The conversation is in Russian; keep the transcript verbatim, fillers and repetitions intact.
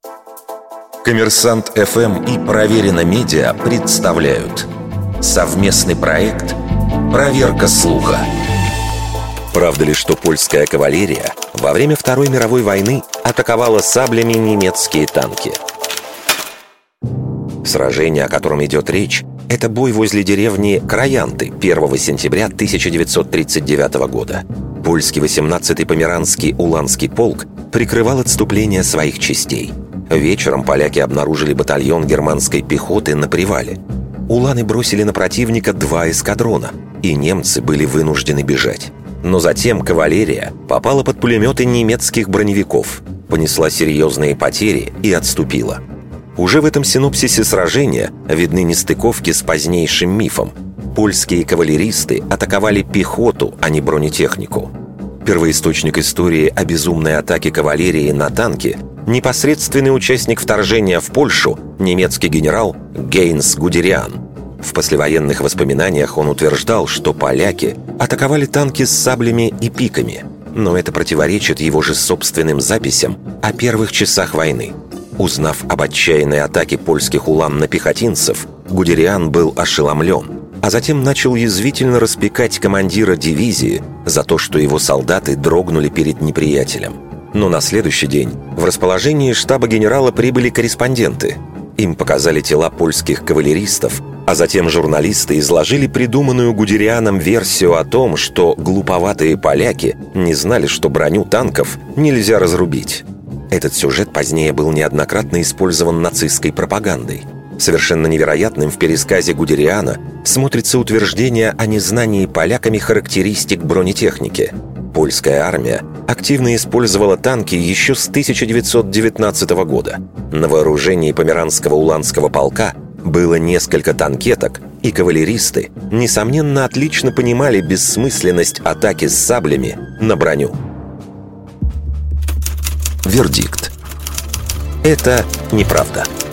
Коммерсант эф эм и Проверено Медиа представляют совместный проект «Проверка слуха». Правда ли, что польская кавалерия во время Второй мировой войны атаковала саблями немецкие танки? Сражение, о котором идет речь, это бой возле деревни Краянты первого сентября тысяча девятьсот тридцать девятого года. Польский восемнадцатый Померанский Уланский полк прикрывал отступление своих частей. Вечером поляки обнаружили батальон германской пехоты на привале. Уланы бросили на противника два эскадрона, и немцы были вынуждены бежать. Но затем кавалерия попала под пулеметы немецких броневиков, понесла серьезные потери и отступила. Уже в этом синопсисе сражения видны нестыковки с позднейшим мифом. Польские кавалеристы атаковали пехоту, а не бронетехнику. Первоисточник истории о безумной атаке кавалерии на танки – непосредственный участник вторжения в Польшу, немецкий генерал Гейнс Гудериан. В послевоенных воспоминаниях он утверждал, что поляки атаковали танки с саблями и пиками, но это противоречит его же собственным записям о первых часах войны. Узнав об отчаянной атаке польских улан на пехотинцев, Гудериан был ошеломлен, а затем начал язвительно распекать командира дивизии за то, что его солдаты дрогнули перед неприятелем. Но на следующий день в расположении штаба генерала прибыли корреспонденты. Им показали тела польских кавалеристов, а затем журналисты изложили придуманную Гудерианом версию о том, что глуповатые поляки не знали, что броню танков нельзя разрубить. Этот сюжет позднее был неоднократно использован нацистской пропагандой. Совершенно невероятным в пересказе Гудериана смотрится утверждение о незнании поляками характеристик бронетехники. Польская армия активно использовала танки еще с тысяча девятьсот девятнадцатого года. На вооружении Померанского Уланского полка было несколько танкеток, и кавалеристы, несомненно, отлично понимали бессмысленность атаки с саблями на броню. Вердикт. Это неправда.